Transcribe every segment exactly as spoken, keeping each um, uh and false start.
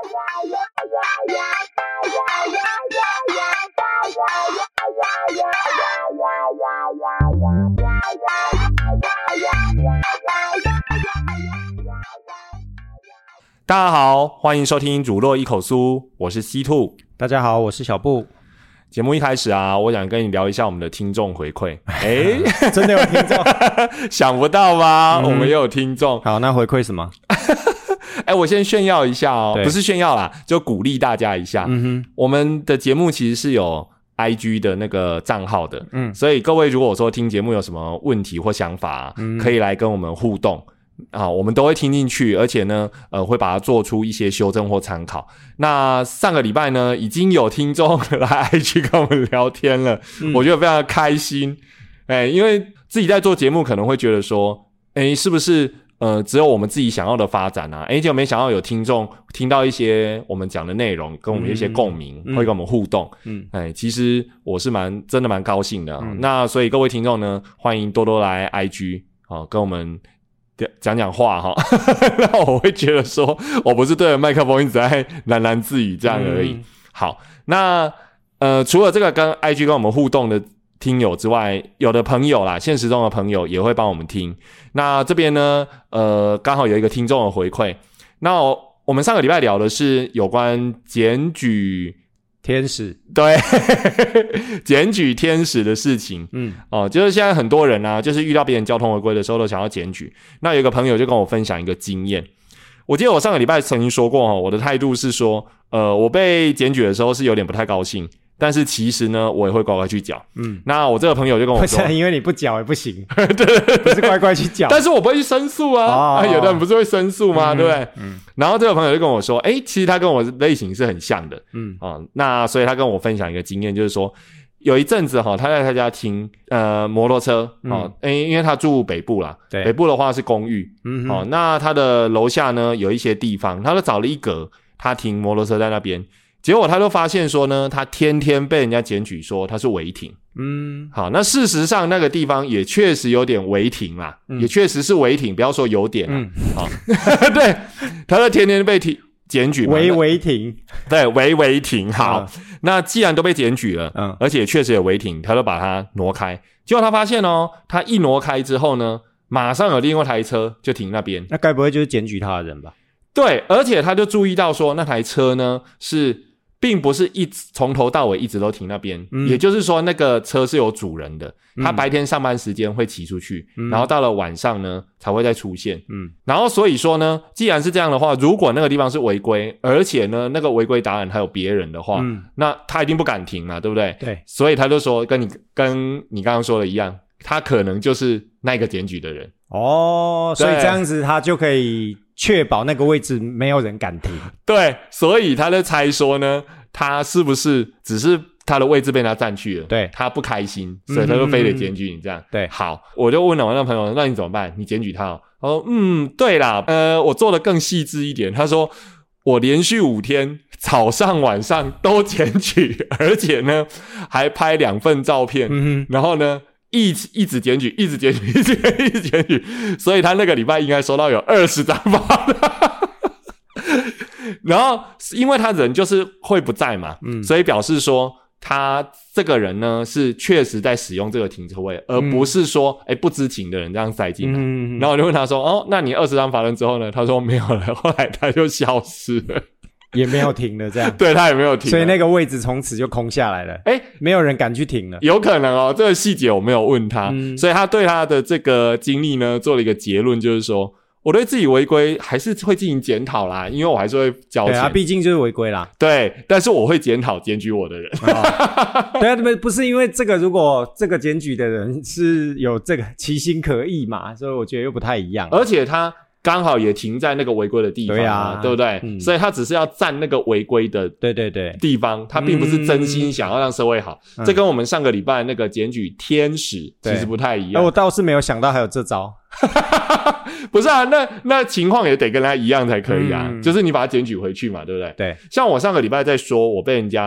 大家好，欢迎收听乳酪一口酥，我是西兔。 大家好，我是小布。 节目一开始啊，我想跟你聊一下我们的听众回馈。诶真的有听众？ 想不到吧、嗯、我们也有听众。 好，那回馈什么？ 诶我先炫耀一下哦，不是炫耀啦，就鼓励大家一下。嗯哼，我们的节目其实是有 I G 的那个账号的，嗯，所以各位如果说听节目有什么问题或想法、啊嗯、可以来跟我们互动啊，我们都会听进去，而且呢，呃，会把它做出一些修正或参考。那上个礼拜呢，已经有听众来 I G 跟我们聊天了，嗯、我觉得非常的开心。哎，因为自己在做节目，可能会觉得说，哎，是不是呃只有我们自己想要的发展啊？哎，结果没想到有听众听到一些我们讲的内容，跟我们一些共鸣，嗯、会跟我们互动。嗯，哎，其实我是蛮真的蛮高兴的、啊嗯。那所以各位听众呢，欢迎多多来 I G 啊，跟我们讲讲话哈，那我会觉得说我不是对着麦克风一直在喃喃自语这样而已。嗯、好，那呃，除了这个跟 I G 跟我们互动的听友之外，有的朋友啦，现实中的朋友也会帮我们听。那这边呢，呃，刚好有一个听众的回馈。那我们上个礼拜聊的是有关检举天使， 对检举天使的事情。嗯，哦，就是现在很多人啊，就是遇到别人交通违规的时候都想要检举。那有一个朋友就跟我分享一个经验，我记得我上个礼拜曾经说过、哦、我的态度是说，呃，我被检举的时候是有点不太高兴，但是其实呢，我也会乖乖去缴。嗯，那我这个朋友就跟我说， 不是因为你不缴也不行，对对对，不是乖乖去缴， 但是我不会去申诉啊。哦、啊，有的人不是会申诉吗？嗯、对不对？嗯。然后这个朋友就跟我说，诶，其实他跟我类型是很像的。嗯啊，那所以他跟我分享一个经验，就是说有一阵子哈，他在他家停呃摩托车啊，诶、嗯，因为他住北部啦，对，北部的话是公寓，嗯，好，那他的楼下呢有一些地方，他就找了一格，他停摩托车在那边。结果他就发现说呢，他天天被人家检举说他是违停。嗯，好，那事实上那个地方也确实有点违停啦，嗯、也确实是违停，不要说有点啦。嗯，好，对，他就天天被提检举嘛， 违违停， 对，违违停。好、嗯，那既然都被检举了，嗯，而且确实有违停，他就把它挪开。结果他发现哦，他一挪开之后呢，马上有另外一台车就停那边。 那该不会就是检举他的人吧？ 对，而且他就注意到说那台车呢是并不是一直从头到尾一直都停那边、嗯、也就是说那个车是有主人的，他白天上班时间会骑出去、嗯、然后到了晚上呢才会再出现。嗯，然后所以说呢，既然是这样的话，如果那个地方是违规，而且呢那个违规达人还有别人的话、嗯、那他一定不敢停嘛，对不对？ 对， 所以他就说跟你跟你刚刚说的一样，他可能就是那个检举的人。 哦，所以这样子他就可以确保那个位置没有人敢停。 对，所以他就猜说呢，他是不是只是他的位置被他占去了，对，他不开心，所以他就非得检举你这样。嗯、对，好，我就问了我那朋友，那你怎么办？你检举他哦？他说，嗯，对啦，呃，我做的更细致一点。他说，我连续五天早上晚上都检举，而且呢还拍两份照片，嗯、然后呢一直一直检举，一直检举，一直检举，一直检举，所以他那个礼拜应该收到有二十张发的。然后因为他人就是会不在嘛，嗯，所以表示说他这个人呢是确实在使用这个停车位，而不是说诶、嗯、不知情的人这样塞进来。嗯，然后我就问他说，哦，那你二十张罚单之后呢？他说没有了，后来他就消失了。 也没有停了这样。 对，他也没有停了， 所以那个位置从此就空下来了。诶，没有人敢去停了。 有可能哦，这个细节我没有问他、嗯、所以他对他的这个经历呢做了一个结论，就是说我对自己违规还是会进行检讨啦，因为我还是会交钱。 对啊，毕竟就是违规啦。 对，但是我会检讨检举我的人。 哦、对啊，不是因为这个，如果这个检举的人是有这个其心可议嘛，所以我觉得又不太一样。 而且他刚好也停在那个违规的地方、啊，对啊，对不对、嗯？所以他只是要占那个违规的对对对地方，他并不是真心想要让社会好。嗯、这跟我们上个礼拜那个检举天使其实不太一样。 我倒是没有想到还有这招。 不是啊，那那情况也得跟他一样才可以啊、嗯，就是你把他检举回去嘛，对不对？ 对。 像我上个礼拜在说我被人家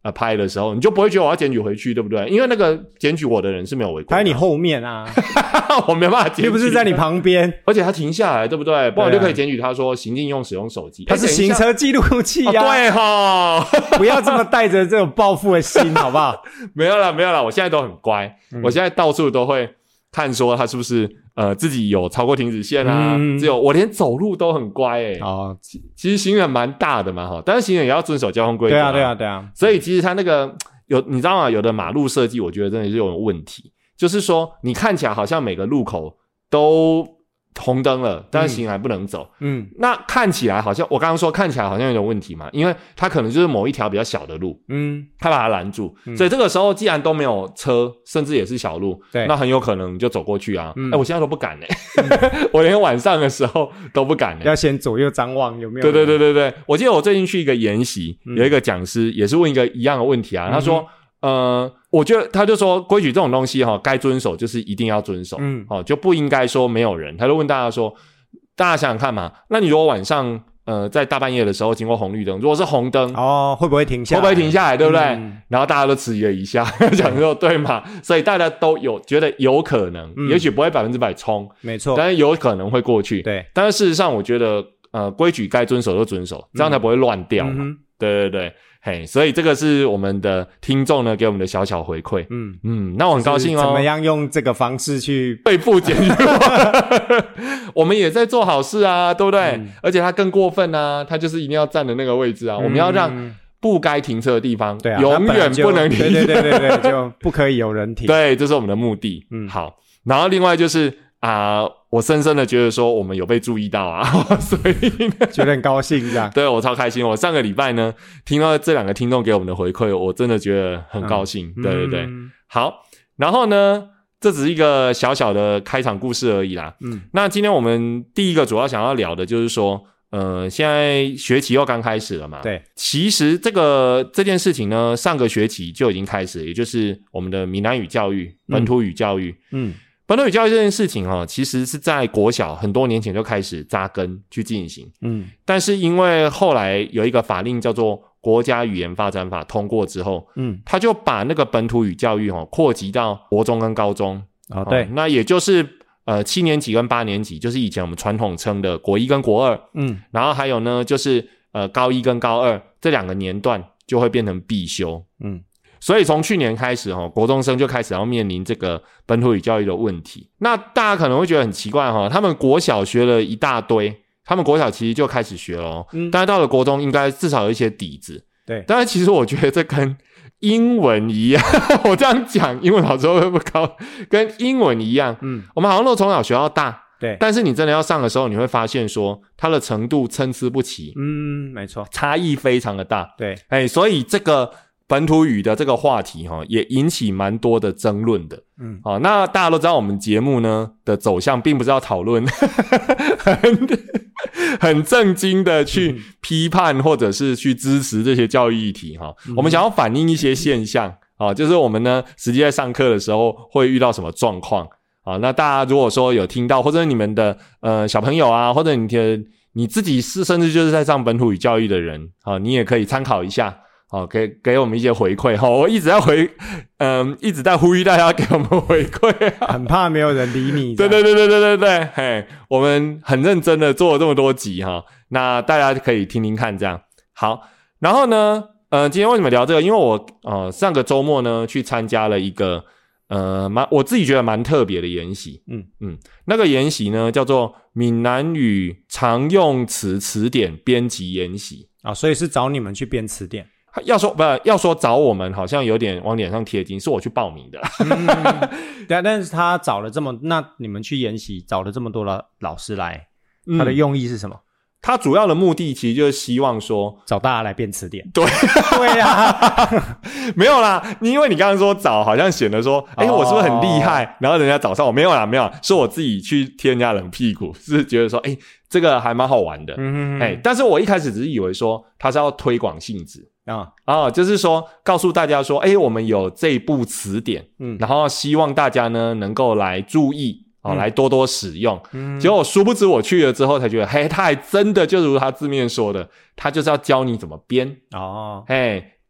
呃拍的时候，你就不会觉得我要检举回去，对不对？因为那个检举我的人是没有违规的， 他在你后面啊， 我没办法检举， 又不是在你旁边， 而且他停下来，对不对？不然我就可以检举他说行进用使用手机， 他是行车记录器啊， 哦、对哈， 不要这么带着这种报复的心，好不好？ 没有啦，没有啦，我现在都很乖，嗯、我现在到处都会看说他是不是呃自己有超过停止线啊，嗯、只有我连走路都很乖诶、欸。哦，其实行人蛮大的嘛哈，但是行人也要遵守交通规则、啊。 对啊，对啊，对啊。 所以其实他那个有你知道吗？有的马路设计，我觉得真的是有问题，就是说你看起来好像每个路口都红灯了，但是行人还不能走。嗯，那看起来好像我刚刚说看起来好像有点问题嘛，因为它可能就是某一条比较小的路，嗯，它把它拦住，嗯、所以这个时候既然都没有车，甚至也是小路，对，那很有可能就走过去啊。哎、嗯欸，我现在都不敢哎、欸，嗯、我连晚上的时候都不敢哎、欸， 要先左右张望有没有？ 对对对对对，我记得我最近去一个研习，嗯、有一个讲师也是问一个一样的问题啊，嗯、他说。呃，我觉得他就说规矩这种东西哈，该遵守就是一定要遵守，嗯，哦，就不应该说没有人。他就问大家说，大家想想看嘛，那你如果晚上呃在大半夜的时候经过红绿灯，如果是红灯， 哦，会不会停下来？ 会不会停下来，对不对？嗯、然后大家都迟疑了一下，讲说对嘛，所以大家都有觉得有可能，嗯、也许不会百分之百冲， 没错， 但是有可能会过去。 对， 但是事实上，我觉得呃规矩该遵守就遵守，这样才不会乱掉嘛。嗯、对对对。嘿，所以这个是我们的听众呢给我们的小小回馈。嗯嗯，那我很高兴哦。 怎么样用这个方式去对付检举？我们也在做好事啊，对不对？嗯、而且他更过分啊，他就是一定要站的那个位置啊。嗯、我们要让不该停车的地方，对啊，永远不能停。 对对对对对，就不可以有人停。 对，这是我们的目的。嗯，好。然后另外就是啊、呃，我深深的觉得说我们有被注意到啊，所以觉得很高兴这样。 对，我超开心。我上个礼拜呢听到这两个听众给我们的回馈，我真的觉得很高兴。嗯、对对对，嗯、好。然后呢，这只是一个小小的开场故事而已啦。嗯，那今天我们第一个主要想要聊的就是说，呃，现在学期又刚开始了嘛。 对， 其实这个这件事情呢，上个学期就已经开始了，也就是我们的闽南语教育、本土语教育。嗯。嗯本土语教育这件事情哦，其实是在国小很多年前就开始扎根去进行。嗯，但是因为后来有一个法令叫做《国家语言发展法》通过之后，嗯，他就把那个本土语教育哦扩及到国中跟高中。 哦，对， 哦、那也就是呃七年级跟八年级，就是以前我们传统称的国一跟国二。嗯，然后还有呢，就是呃高一跟高二这两个年段就会变成必修。嗯。所以从去年开始齁，国中生就开始要面临这个本土语教育的问题。那大家可能会觉得很奇怪齁，他们国小学了一大堆，他们国小其实就开始学了，嗯，但是到了国中应该至少有一些底子。 对， 但是其实我觉得这跟英文一样，我这样讲，英文老师会不会高？跟英文一样，嗯，我们好像都从小学到大， 对， 但是你真的要上的时候，你会发现说它的程度参差不齐， 嗯，没错， 差异非常的大， 对， 哎，所以这个。本土语的这个话题齁，也引起蛮多的争论的。嗯，好，那大家都知道我们节目呢的走向并不是要讨论很很正经的去批判或者是去支持这些教育议题齁，嗯、我们想要反映一些现象啊，就是我们呢实际在上课的时候会遇到什么状况啊。那大家如果说有听到，或者你们的呃小朋友啊，或者你的你自己是甚至就是在上本土语教育的人啊，你也可以参考一下。好，给给我们一些回馈哈，我一直在回，嗯，一直在呼吁大家给我们回馈、啊， 很怕没有人理你。 对对对对对对对，嘿，我们很认真的做了这么多集哈，那大家可以听听看这样。好，然后呢，呃，今天为什么聊这个？因为我呃上个周末呢去参加了一个呃蛮我自己觉得蛮特别的研习，嗯嗯，那个研习呢叫做闽南语常用词词典编辑研习啊，所以是找你们去编词典。 要说不要说找我们，好像有点往脸上贴金，是我去报名的。 嗯、对啊，但是他找了这么，那你们去研习找了这么多的老师来，他的用意是什么？嗯、 他主要的目的其实就是希望说找大家来编词典。 对对啊， 没有啦，因为你刚刚说找，好像显得说，哎、欸，我是不是很厉害？哦、然后人家找上我，没有啦，没有啦，是我自己去贴人家冷屁股，是觉得说，哎、欸，这个还蛮好玩的。嗯哎、欸，但是我一开始只是以为说他是要推广性质。啊啊，就是说告诉大家说，哎，我们有这部词典，嗯，然后希望大家呢能够来注意，啊、嗯，来多多使用。嗯，结果殊不知我去了之后才觉得，嘿，他还真的就如他字面说的，他就是要教你怎么编哦，嘿，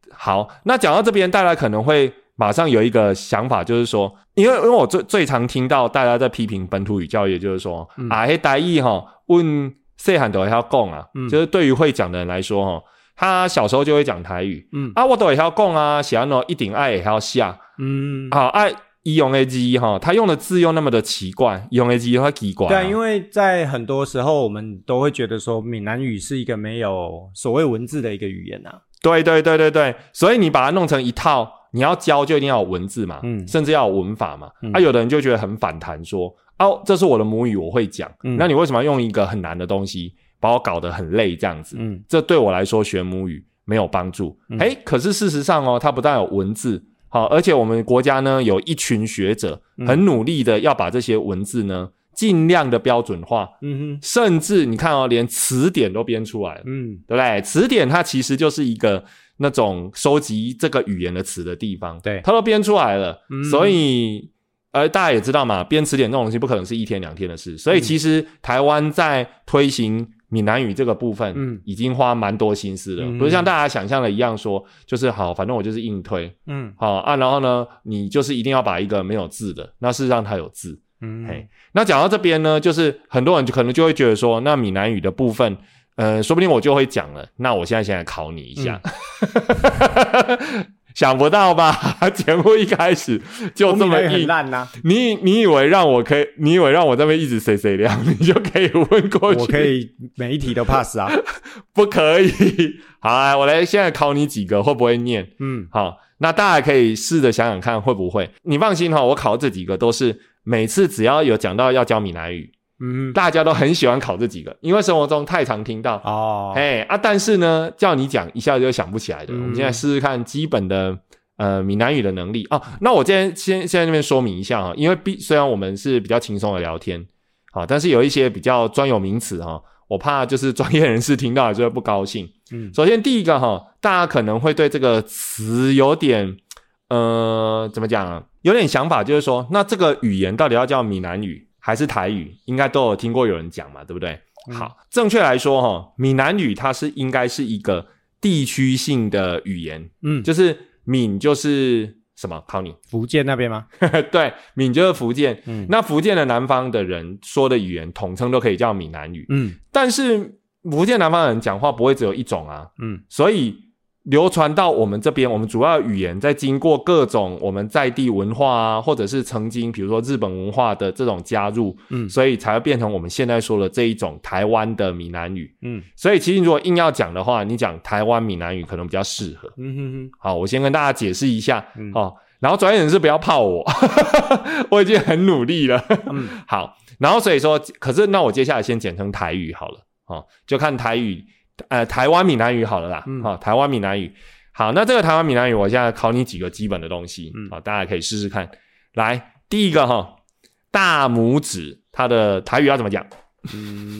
好，那讲到这边，大家可能会马上有一个想法，就是说，因为因为我最最常听到大家在批评本土语教育，就是说、嗯、啊，迄台语吼，问细汉都会晓讲啊、嗯，就是对于会讲的人来说吼，他小时候就会讲台语，嗯啊，我都会晓讲啊，是安怎一定爱会晓写，嗯，好爱。伊用的字哈，他用的字又那么的奇怪，用的字又很奇怪、啊。 对，因为在很多时候我们都会觉得说闽南语是一个没有所谓文字的一个语言啊。 对对对对对，所以你把它弄成一套，你要教就一定要有文字嘛，嗯，甚至要有文法嘛。嗯、啊，有的人就觉得很反弹说，哦，这是我的母语，我会讲、嗯，那你为什么要用一个很难的东西把我搞得很累这样子？嗯，这对我来说学母语没有帮助。嗯、诶可是事实上哦，它不但有文字。好，而且我们国家呢有一群学者很努力的要把这些文字呢尽量的标准化，嗯哼，甚至你看哦，连词典都编出来了，嗯，对不对？词典它其实就是一个那种收集这个语言的词的地方， 对， 它都编出来了，嗯、所以呃大家也知道嘛，编词典这种东西不可能是一天两天的事，所以其实台湾在推行闽南语这个部分，嗯，已经花蛮多心思了，嗯、不是像大家想象的一样说，就是好，反正我就是硬推，嗯，好啊，然后呢，你就是一定要把一个没有字的，那事实上它有字，嗯，嘿，那讲到这边呢，就是很多人就可能就会觉得说，那闽南语的部分，呃，说不定我就会讲了，那我现在先来考你一下。嗯想不到吧？节目一开始就这么硬， 很烂啊！ 你你以为让我可以？你以为让我这边一直谁谁亮，你就可以问过去？ 我可以每一题都 pass 啊？ 不可以。好来，我来现在考你几个，会不会念？嗯，好，那大家可以试着想想看会不会。你放心哈，我考这几个都是每次只要有讲到要教闽南语。嗯，大家都很喜欢考这几个，因为生活中太常听到哦。哎啊，但是呢，叫你讲一下就想不起来的。嗯、我们现在试试看基本的呃闽南语的能力哦。那我今天先先在那边说明一下哈，因为毕虽然我们是比较轻松的聊天，好，但是有一些比较专有名词哈，我怕就是专业人士听到了就会不高兴。嗯，首先第一个哈，大家可能会对这个词有点呃怎么讲啊，有点想法，就是说，那这个语言到底要叫闽南语还是台语，应该都有听过有人讲嘛，对不对？嗯、好，正确来说齁，闽南语它是应该是一个地区性的语言，嗯，就是闽就是什么？考你， 福建那边吗？ 对，闽就是福建，嗯，那福建的南方的人说的语言统称都可以叫闽南语，嗯，但是福建南方的人讲话不会只有一种啊，嗯，所以流传到我们这边，我们主要的语言在经过各种我们在地文化啊，或者是曾经比如说日本文化的这种加入，嗯，所以才会变成我们现在说的这一种台湾的闽南语，嗯，所以其实如果硬要讲的话，你讲台湾闽南语可能比较适合，嗯哼哼。好，我先跟大家解释一下，嗯，哦，然后专业人士不要泡我，我已经很努力了，嗯，好，然后所以说，可是那我接下来先简称台语好了，哦，就看台语。呃，台湾闽南语好了啦，嗯，好，台湾闽南语，好，那这个台湾闽南语，我现在考你几个基本的东西，嗯，好，大家可以试试看。来，第一个哈，大拇指，它的台语要怎么讲？ 嗯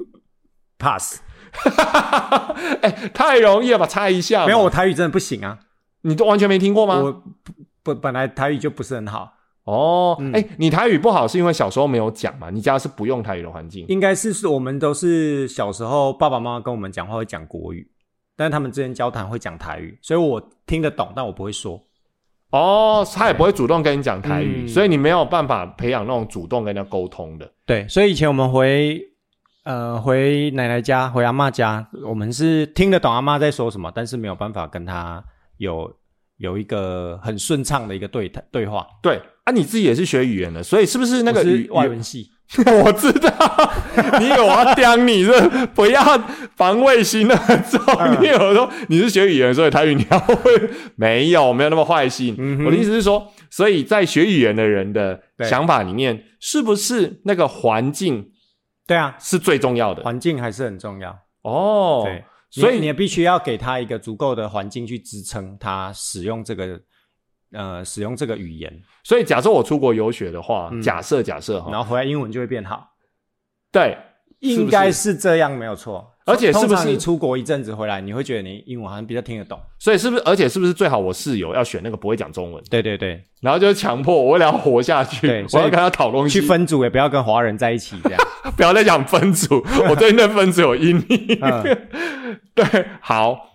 ，pass， 哎、欸，太容易了吧？猜一下。 没有，我台语真的不行啊。 你都完全没听过吗？ 我不本来台语就不是很好。 哦，哎、嗯欸，你台语不好是因为小时候没有讲嘛？你家是不用台语的环境？ 应该是我们都是小时候爸爸妈妈跟我们讲话会讲国语，但是他们之间交谈会讲台语，所以我听得懂，但我不会说。 哦，他也不会主动跟你讲台语、嗯，所以你没有办法培养那种主动跟人家沟通的。 对，所以以前我们回呃回奶奶家、回阿嬷家，我们是听得懂阿嬷在说什么，但是没有办法跟她有有一个很顺畅的一个对对话。 对。啊，你自己也是学语言的，所以是不是那个语外文系？ 我知道，你以为我要刁你，这不要防卫心那么重。嗯、你以为说你是学语言，所以台语你要会？没有，没有那么坏心、嗯。我的意思是说，所以在学语言的人的想法里面，是不是那个环境？ 对啊， 是最重要的， 环境还是很重要哦。 对， 所以你, 你也必须要给他一个足够的环境去支撑他使用这个。呃，使用这个语言， 所以假设我出国游学的话，嗯、假设假设哈， 然后回来英文就会变好， 对， 应该是这样，没有错。 而且是不是你出国一阵子回来，你会觉得你英文好像比较听得懂？ 所以是不是？而且是不是最好我室友要选那个不会讲中文？ 对对对， 然后就强迫我为了要活下去，对，我要跟他讨东西。 去分组也不要跟华人在一起，这样不要再讲分组，我对那分组有阴影。嗯、对，好。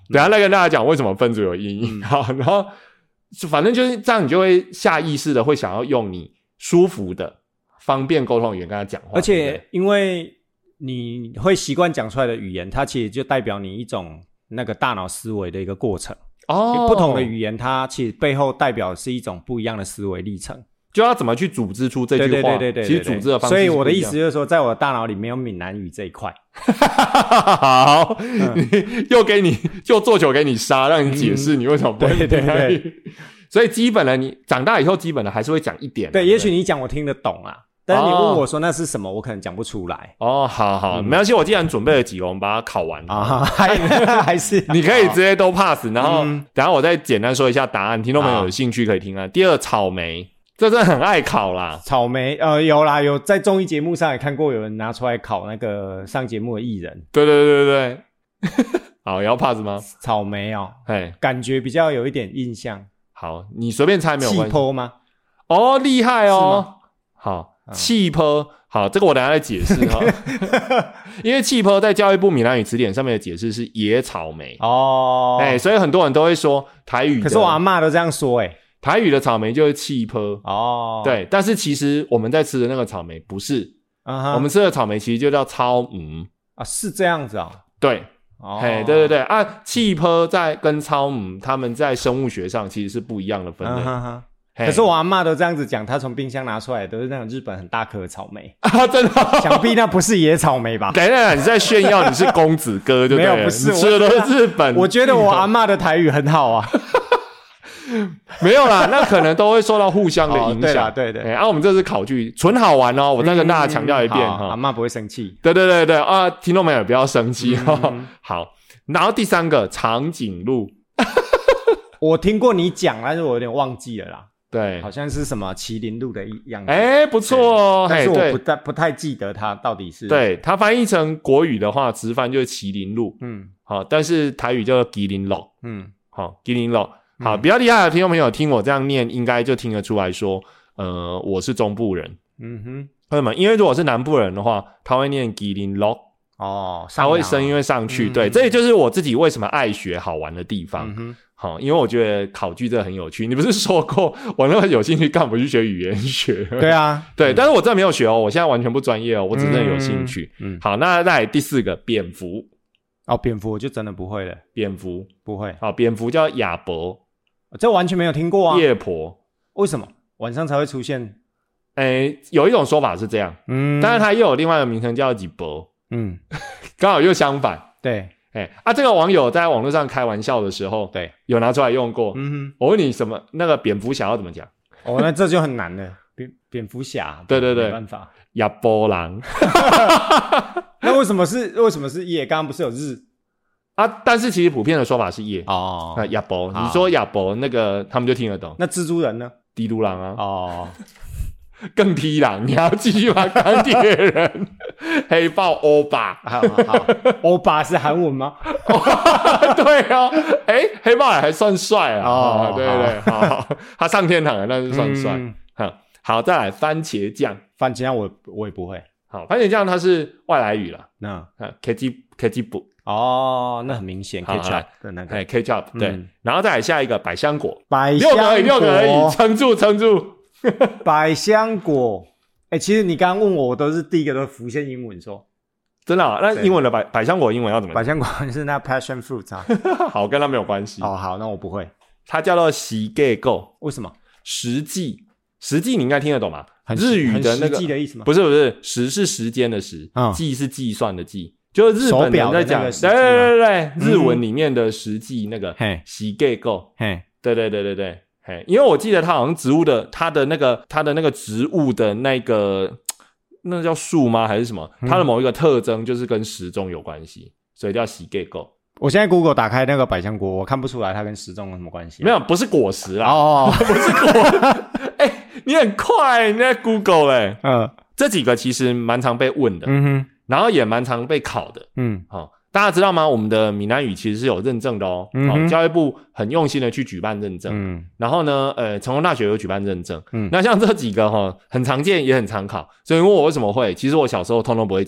等一下再跟大家讲为什么分组有阴影。嗯、好，然后反正就是这样，你就会下意识的会想要用你舒服的、方便沟通的语言跟他讲话。 而且因为你会习惯讲出来的语言，它其实就代表你一种那个大脑思维的一个过程。哦，不同的语言，它其实背后代表的是一种不一样的思维历程。就要怎么去组织出这句话？ 对对对对对， 其实组织的方式。 所以我的意思就是说，在我的大脑里面有闽南语这一块。 好，嗯、你又给你就做球给你杀，让你解释你为什么不会闽南语。对对对。所以基本的，你长大以后基本的还是会讲一点。 对，对也许你讲我听得懂啊，但是你问我说那是什么，我可能讲不出来。 哦，好好，嗯、没关系，我既然准备了几个，我们把它考完啊，还还是你可以直接都 pass， 然后、嗯、等一下我再简单说一下答案，听众朋友有兴趣可以听啊。第二，草莓。这真的很爱考啦， 草莓呃有啦，有在综艺节目上也看过有人拿出来考那个上节目的艺人。 对对对对对，好，也要 pass 吗？ 草莓哦， 嘿， 感觉比较有一点印象。 好，你随便猜没有关系。 气泡吗？ 哦，厉害哦。好，气泡，好，这个我等一下再解释哈。因为气泡在教育部闽南语词典上面的解释是野草莓哦，哎，所以很多人都会说台语的， 可是我阿嬷都这样说哎。 台语的草莓就是气泡哦， 对，但是其实我们在吃的那个草莓不是， uh-huh. 我们吃的草莓其实就叫糙米啊，是这样子啊， 对，哦，嘿，对对对啊，气泡在跟糙米，他们在生物学上其实是不一样的分类。Uh-huh. 可是我阿嬷都这样子讲，她从冰箱拿出来都是那种日本很大颗的草莓啊，真的、哦？ 想必那不是野草莓吧？ 等一下，你在炫耀你是公子哥对不对？ 没有，不是， 你吃的都是日本。 我觉得我阿嬷的台语很好啊。 没有啦，那可能都会受到互相的影响。哦、 对啦，对对。 哎、欸，啊，我们这是考据，纯好玩哦。我再跟大家强调一遍哈、 嗯，阿嬷不会生气。 对对对对啊，听众朋友不要生气哈、嗯。好，然后第三个长颈鹿， 我听过你讲，但是我有点忘记了啦。 对， 好像是什么麒麟鹿的样子。 哎、欸，不错哦。 但是我不太不太记得它到底是。 对，它翻译成国语的话，直翻就是麒麟鹿。嗯，好，但是台语叫麒麟鹿。嗯，好，麒麟鹿。好，比较厉害的听众朋友听我这样念，应该就听得出来说，呃，我是中部人。嗯哼，为什么？因为如果是南部人的话，他会念麒麟鹿哦，他会声音会上去。嗯、对，这也就是我自己为什么爱学好玩的地方。嗯哼，好，因为我觉得考据真的很有趣。你不是说过我那么有兴趣，干嘛不去学语言学？ 对啊， 对，嗯、但是我真的没有学哦，我现在完全不专业哦，我只是有兴趣。嗯，嗯好，那再来第四个蝙蝠。 哦，蝙蝠我就真的不会了。 蝙蝠不会。 好，蝙蝠叫亚伯。 这完全没有听过啊！ 夜婆为什么晚上才会出现？ 诶，有一种说法是这样，嗯，但是它又有另外一个名称叫吉伯，嗯，刚好又相反。 对， 诶啊，这个网友在网络上开玩笑的时候， 对， 有拿出来用过。嗯哼，我问你什么？那个蝙蝠侠要怎么讲？ 哦，那这就很难了。蝙蝙蝠侠， 对对对， 没办法。 亚波狼， 那为什么是为什么是夜？刚刚不是有日？ 啊，但是其实普遍的说法是夜哦， 啊，亚伯，你说亚伯那个他们就听得懂。 那蜘蛛人呢？ 滴嘟狼啊， 哦， 更踢狼，你还要继续把钢铁人、黑豹、欧巴， 好好，欧巴是韩文吗？ 对哦，哎、欸，黑豹还算帅啊，哦，对对对，好，他上天堂了，那是算帅。嗯、好，好，再来番茄酱， 番茄酱我我也不会。 好，番茄酱它是外来语了， 那 ketchup ketchup。 哦，那很明显 ，ketchup 的那个 ketchup 对、嗯，然后再来下一个百香果， 百香果六个而已， 六个而已，撑住撑住。 百香果，哎、欸，其实你刚刚问我，我都是第一个都浮现英文说， 真的、啊？那英文的百百香果英文要怎么讲？ 百香果是那 passion fruit 啊， 好，跟它没有关系。 哦，好，那我不会， 它叫做時計構， 为什么？ 實際，實際你应该听得懂吧？日语的那个很實際的意思吗？ 不是不是，時是时间的時，嗯，計是计算的計。就是日本人在讲，对对对对，日文里面的实际那个時計構，嘿，对对对对对，嘿，因为我记得它好像植物的，它的那个它的那个植物的那个那叫树吗？还是什么？它的某一个特征就是跟时钟有关系，所以叫時計構。 我现在 Google 打开那个百香果，我看不出来它跟时钟有什么关系、啊。 没有，不是果实啦， 哦， 不是果。哎、欸，你很快，你在 Google 哎、欸，嗯，这几个其实蛮常被问的，嗯哼。然后也蛮常被考的，嗯，好、哦，大家知道吗？我们的闽南语其实是有认证的哦，嗯、哦，教育部很用心的去举办认证，嗯，然后呢，呃，成功大学有举办认证，嗯，那像这几个哈、哦，很常见也很常考，所以问我为什么会，其实我小时候通通不会讲，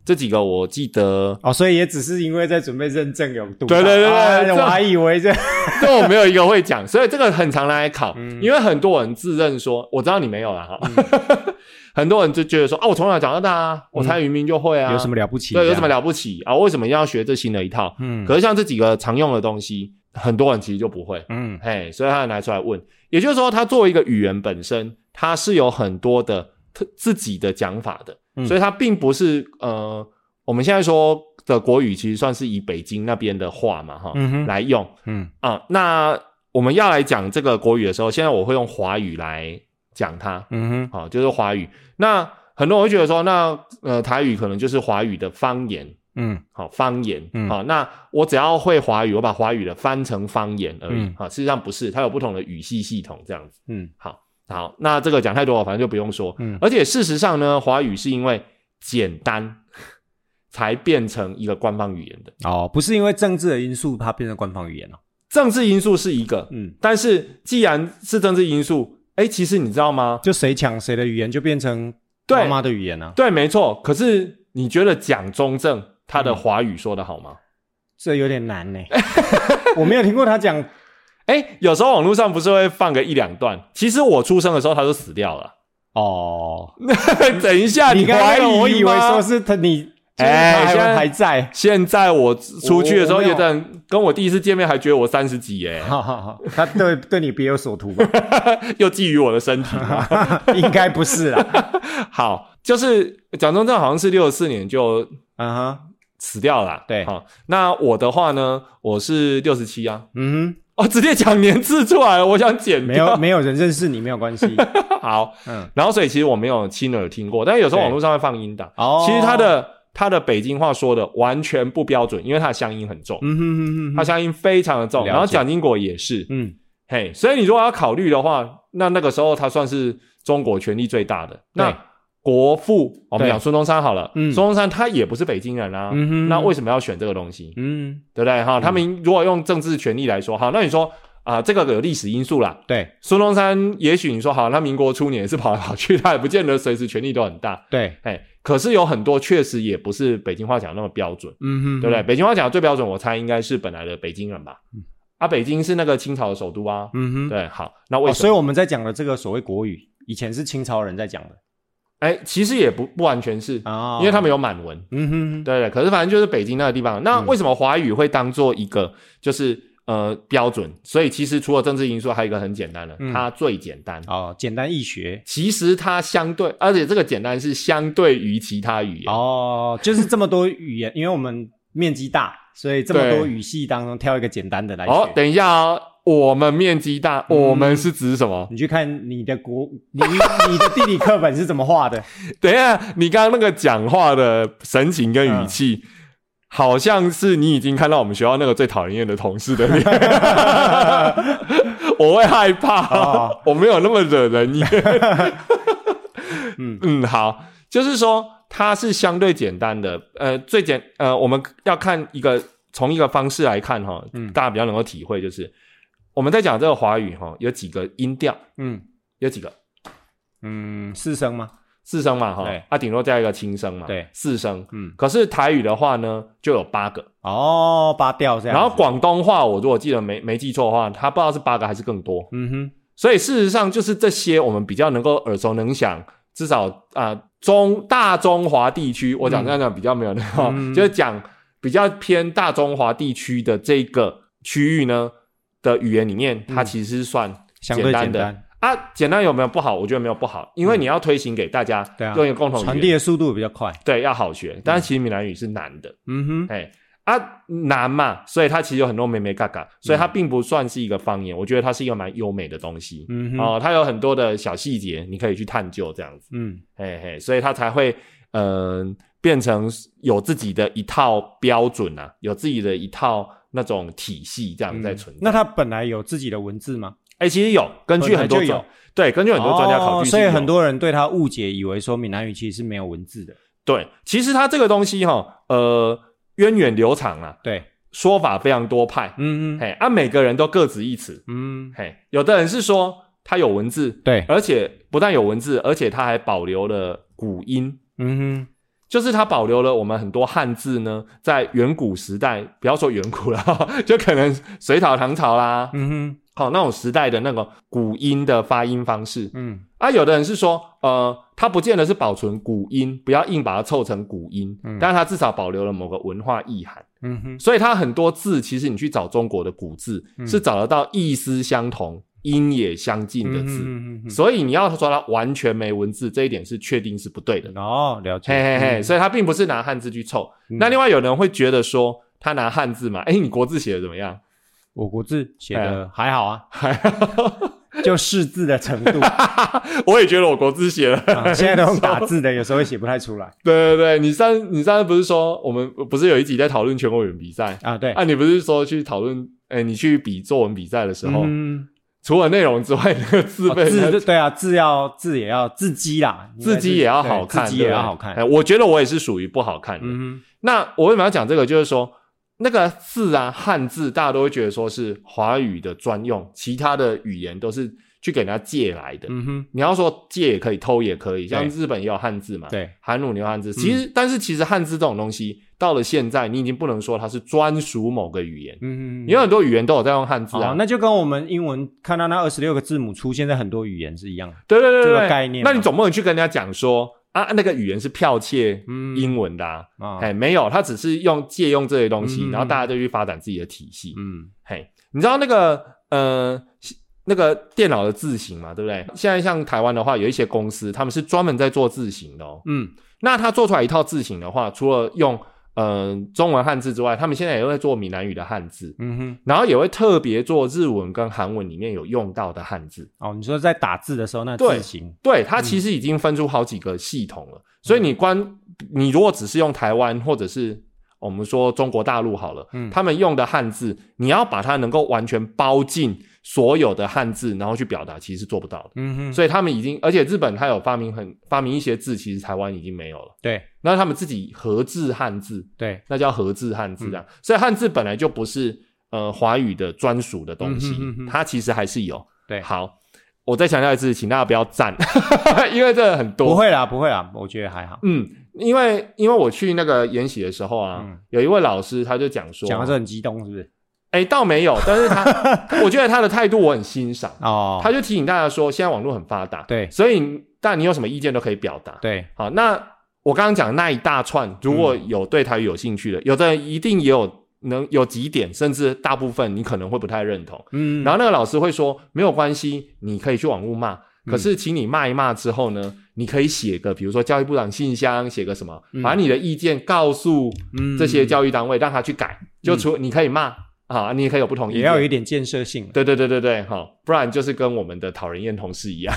这几个我记得哦，所以也只是因为在准备认证有读到。 对对对对、 哎、我还以为这这我没有一个会讲，所以这个很常拿来考、嗯、因为很多人自认说我知道你没有啦哈、嗯、很多人就觉得说啊我从小长到大啊、嗯、我台语明明就会啊， 有什么了不起， 对，有什么了不起啊，为什么要学这新的一套，嗯，可是像这几个常用的东西很多人其实就不会，嗯，嘿，所以他拿出来问，也就是说他作为一个语言本身它是有很多的自己的讲法的、嗯、所以它并不是呃我们现在说的国语其实算是以北京那边的话嘛齁、嗯、来用，嗯啊，那我们要来讲这个国语的时候，现在我会用华语来讲它，嗯哼，好，就是华语。那很多人会觉得说那呃台语可能就是华语的方言，嗯，好，方言，嗯，好，那我只要会华语，我把华语的翻成方言而已，好、嗯，事实上不是，它有不同的语系系统这样子，嗯，好，好，那这个讲太多了，反正就不用说，嗯，而且事实上呢，华语是因为简单才变成一个官方语言的， 哦，不是因为政治的因素它变成官方语言哦， 政治因素是一个，嗯，但是既然是政治因素，诶，其实你知道吗？ 就谁抢谁的语言就变成妈妈的语言啊， 对，没错，可是你觉得蒋中正他的华语说得好吗？嗯、 这有点难呢，我没有听过他讲。 哎，有时候网络上不是会放个一两段，其实我出生的时候他就死掉了。 哦， 等一下，你怀疑吗？ 我以为说是他你，哎，现在还在。 现在我出去的时候，有的人跟我第一次见面还觉得我三十几耶。 好好好，他对对你别有所图吧？ 又觊觎我的身体吗？ 应该不是啦。 好，就是蒋中正好像是六十四年就嗯哼死掉了啦。 对， 好，那我的话呢，我是六十七啊。嗯哼。哦，直接讲年次出来了，我想剪掉。 没有，没有人认识你，没有关系。 好，嗯，然后所以其实我没有亲耳听过，但是有时候网络上会放音档。哦，其实他的他的北京话说的完全不标准，因为他的乡音很重。嗯哼哼哼，他乡音非常的重。然后蒋经国也是，嗯，嘿，所以你如果要考虑的话，那那个时候他算是中国权力最大的。那国父，我们讲孙中山好了，嗯，孙中山他也不是北京人啊，嗯哼，那为什么要选这个东西？嗯，对不对哈？他们如果用政治权力来说，好，那你说啊、呃，这个有历史因素啦。 对， 孙中山也许你说好，他民国初年也是跑来跑去，他也不见得随时权力都很大。 对， 哎，可是有很多确实也不是北京话讲那么标准，嗯哼，对不对？北京话讲的最标准，我猜应该是本来的北京人吧。嗯啊，北京是那个清朝的首都啊。嗯哼，对，好，那为什么、哦？ 所以我们在讲的这个所谓国语，以前是清朝人在讲的。 哎，其实也不不完全是、哦、因为他们有满文，嗯哼，对对，可是反正就是北京那个地方。那为什么华语会当做一个就是呃标准？所以其实除了政治因素，还有一个很简单的，嗯、它最简单哦，简单易学。 其实它相对，而且这个简单是相对于其他语言哦，就是这么多语言，因为我们面积大，所以这么多语系当中挑一个简单的来学。 哦，等一下哦。我们面积大、嗯，我们是指什么？ 你去看你的国，你你的地理课本是怎么画的？ 等一下，你刚刚那个讲话的神情跟语气、嗯，好像是你已经看到我们学校那个最讨人厌的同事的脸，我会害怕、哦，我没有那么惹人厌。嗯嗯，好，就是说它是相对简单的，呃，最简呃，我们要看一个从一个方式来看哈，嗯，大家比较能够体会，就是。我们在讲这个华语齁，有几个音调，嗯，有几个， 嗯，四声吗？ 四声嘛，齁，啊，顶多加一个轻声嘛， 对， 四声，嗯。可是台语的话呢，就有八个， 哦，八调这样。 然后广东话，我如果记得没没记错的话，它不知道是八个还是更多，嗯哼。所以事实上就是这些我们比较能够耳熟能详，至少啊、呃、中大中华地区，我讲这样讲比较没有那个、嗯，就是讲比较偏大中华地区的这个区域呢。的语言里面，它其实是算简单的、嗯、相对简单啊。简单有没有不好？我觉得没有不好，因为你要推行给大家，对啊，用一个共同语言， 传递的速度比较快， 对，要好学。但是其实闽南语是难的，嗯哼，哎啊难嘛，所以它其实有很多眉眉角角，所以它并不算是一个方言。我觉得它是一个蛮优美的东西，嗯哼，哦，它有很多的小细节，你可以去探究这样子，嗯，嘿嘿，所以它才会嗯、呃、变成有自己的一套标准啊，有自己的一套。那种体系这样在存在、 嗯、那它本来有自己的文字吗？ 哎、欸，其实有，根据很多专对，根据很多专家考据、哦， 所以很多人对它误解，以为说闽南语其实是没有文字的。 对，其实它这个东西齁，呃，源远流长啊， 对， 说法非常多派，嗯嗯，嘿，啊，每个人都各执一词，嗯，嘿，有的人是说它有文字， 对， 而且不但有文字，而且它还保留了古音，嗯哼。 就是它保留了我们很多汉字呢，在远古时代，不要说远古啦，就可能隋朝、唐朝啦，嗯哼，好、哦、那种时代的那个古音的发音方式，嗯，啊，有的人是说，呃，它不见得是保存古音，不要硬把它凑成古音，嗯，但是它至少保留了某个文化意涵，嗯哼，所以它很多字，其实你去找中国的古字，嗯、是找得到意思相同。音也相近的字、嗯嗯嗯嗯、所以你要说它完全没文字，这一点是确定是不对的哦，了解， 嘿嘿嘿、嗯、所以它并不是拿汉字去凑、嗯、那另外有人会觉得说他拿汉字嘛，诶你国字写的怎么样？ 我国字写的还好啊，还好就识字的程度我也觉得我国字写了、 啊、现在都用打字的有时候会写不太出来对对对，你上你上次不是说我们不是有一集在讨论全国语文比赛啊？对啊， 你不是说去讨论诶你去比作文比赛的时候嗯除了内容之外，那个字被、哦、 字对啊，字要字也要字迹啦， 字迹也要好看， 字迹也要好看。 我觉得我也是属于不好看的。嗯、那我为什么要讲这个？就是说那个字啊，汉字大家都会觉得说是华语的专用，其他的语言都是去给人家借来的。嗯哼，你要说借也可以，偷也可以，像日本也有汉字嘛，对，韩努也有汉字。其实，嗯、但是其实汉字这种东西。到了现在你已经不能说它是专属某个语言，嗯，因为很多语言都有在用汉字啊、 哦、那就跟我们英文看到那二十六个字母出现在很多语言是一样的， 对对对对， 这个概念。 那你总不能去跟人家讲说啊那个语言是剽窃英文的啊、嗯哦、没有，它只是用借用这些东西、嗯、然后大家就去发展自己的体系。嗯，嘿，你知道那个呃那个电脑的字型嘛，对不对？现在像台湾的话有一些公司他们是专门在做字型的哦，嗯，那他做出来一套字型的话，除了用呃，中文汉字之外，他们现在也会做闽南语的汉字，嗯哼，然后也会特别做日文跟韩文里面有用到的汉字。 哦，你说在打字的时候那字型， 对，对，它其实已经分出好几个系统了。嗯、所以你光你如果只是用台湾或者是我们说中国大陆好了，嗯，他们用的汉字，你要把它能够完全包进所有的汉字，然后去表达，其实是做不到的。嗯哼，所以他们已经，而且日本它有发明很发明一些字，其实台湾已经没有了。 对， 那他们自己合制汉字，对，那叫合制汉字这样。嗯、所以汉字本来就不是呃华语的专属的东西，嗯、哼哼哼它其实还是有。对，好，我再强调一次，请大家不要赞，因为这很多。 不会啦，不会啦，我觉得还好。 嗯。因为因为我去那个研习的时候啊、嗯、有一位老师他就讲说， 讲的是很激动是不是？ 诶倒没有，但是他我觉得他的态度我很欣赏哦。他就提醒大家说现在网络很发达，对，所以但你有什么意见都可以表达，对。好，那我刚刚讲的那一大串如果有对台语有兴趣的、嗯、有的人一定也有能有几点甚至大部分你可能会不太认同，嗯，然后那个老师会说没有关系，你可以去网络骂，可是请你骂一骂之后呢、嗯、你可以写个比如说教育部长信箱，写个什么、嗯、把你的意见告诉这些教育单位、嗯、让他去改，就除、嗯、你可以骂啊，你也可以有不同意见， 也要有一点建设性， 对对对对对，好，不然就是跟我们的讨人厌同事一样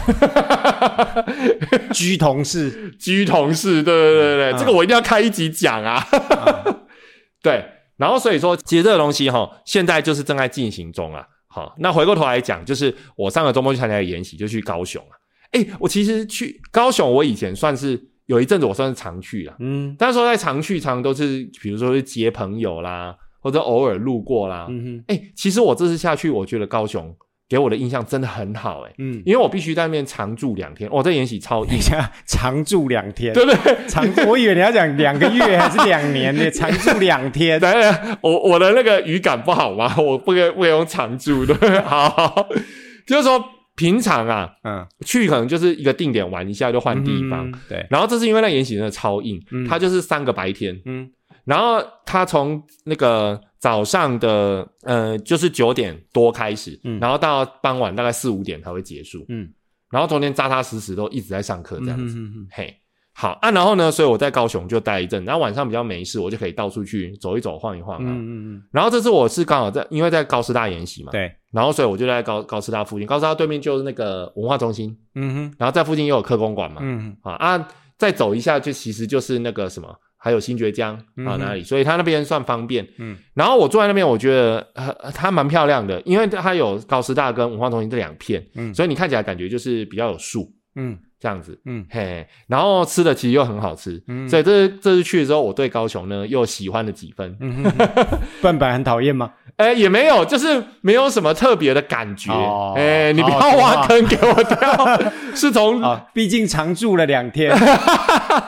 居同事居同事，对对对对、嗯、这个我一定要开一集讲啊、嗯、对，然后所以说其实这个东西齁现在就是正在进行中啊。好，那回过头来讲，就是我上个周末去参加研习，就去高雄啊。诶我其实去高雄，我以前算是有一阵子我算是常去啦，嗯，但是说在常去常都是比如说是接朋友啦，或者偶尔路过啦，嗯哼，诶其实我这次下去，我觉得高雄给我的印象真的很好诶、欸、嗯，因为我必须在那边常住两天，我在研习超硬， 常住两天， 对不对？ 常我以为你要讲两个月还是两年呢？常住两天， 对，我我的那个语感不好吗？我不可以不可以用常住的，好, 好，就是说平常啊，嗯，去可能就是一个定点玩一下就换地方，嗯、对，然后这是因为那研习真的超硬，嗯，它就是三个白天，嗯，然后它从那个早上的呃就是九点多开始、嗯、然后到傍晚大概四五点才会结束，嗯，然后中间扎扎实实都一直在上课这样子，嗯哼哼哼嘿，好啊，然后呢所以我在高雄就待一阵，然后晚上比较没事我就可以到处去走一走晃一晃啊，嗯嗯嗯，然后这次我是刚好在因为在高师大研习嘛，对，然后所以我就在高高师大附近，高师大对面就是那个文化中心，嗯哼，然后在附近又有科工馆嘛，嗯哼，啊啊再走一下就其实就是那个什么还有新崛江啊哪里，所以它那边算方便。嗯，然后我坐在那边，我觉得呃它蛮漂亮的，因为它有高师大跟文化中心这两片，嗯，所以你看起来感觉就是比较有树，嗯，这样子，嗯，嘿，然后吃的其实又很好吃，嗯，所以这这次去的时候，我对高雄呢又喜欢了几分。 嗯哼哼笨板很讨厌吗？ 哎，也没有，就是没有什么特别的感觉。哦，哎，你不要挖坑给我跳，是从啊，毕竟常住了两天。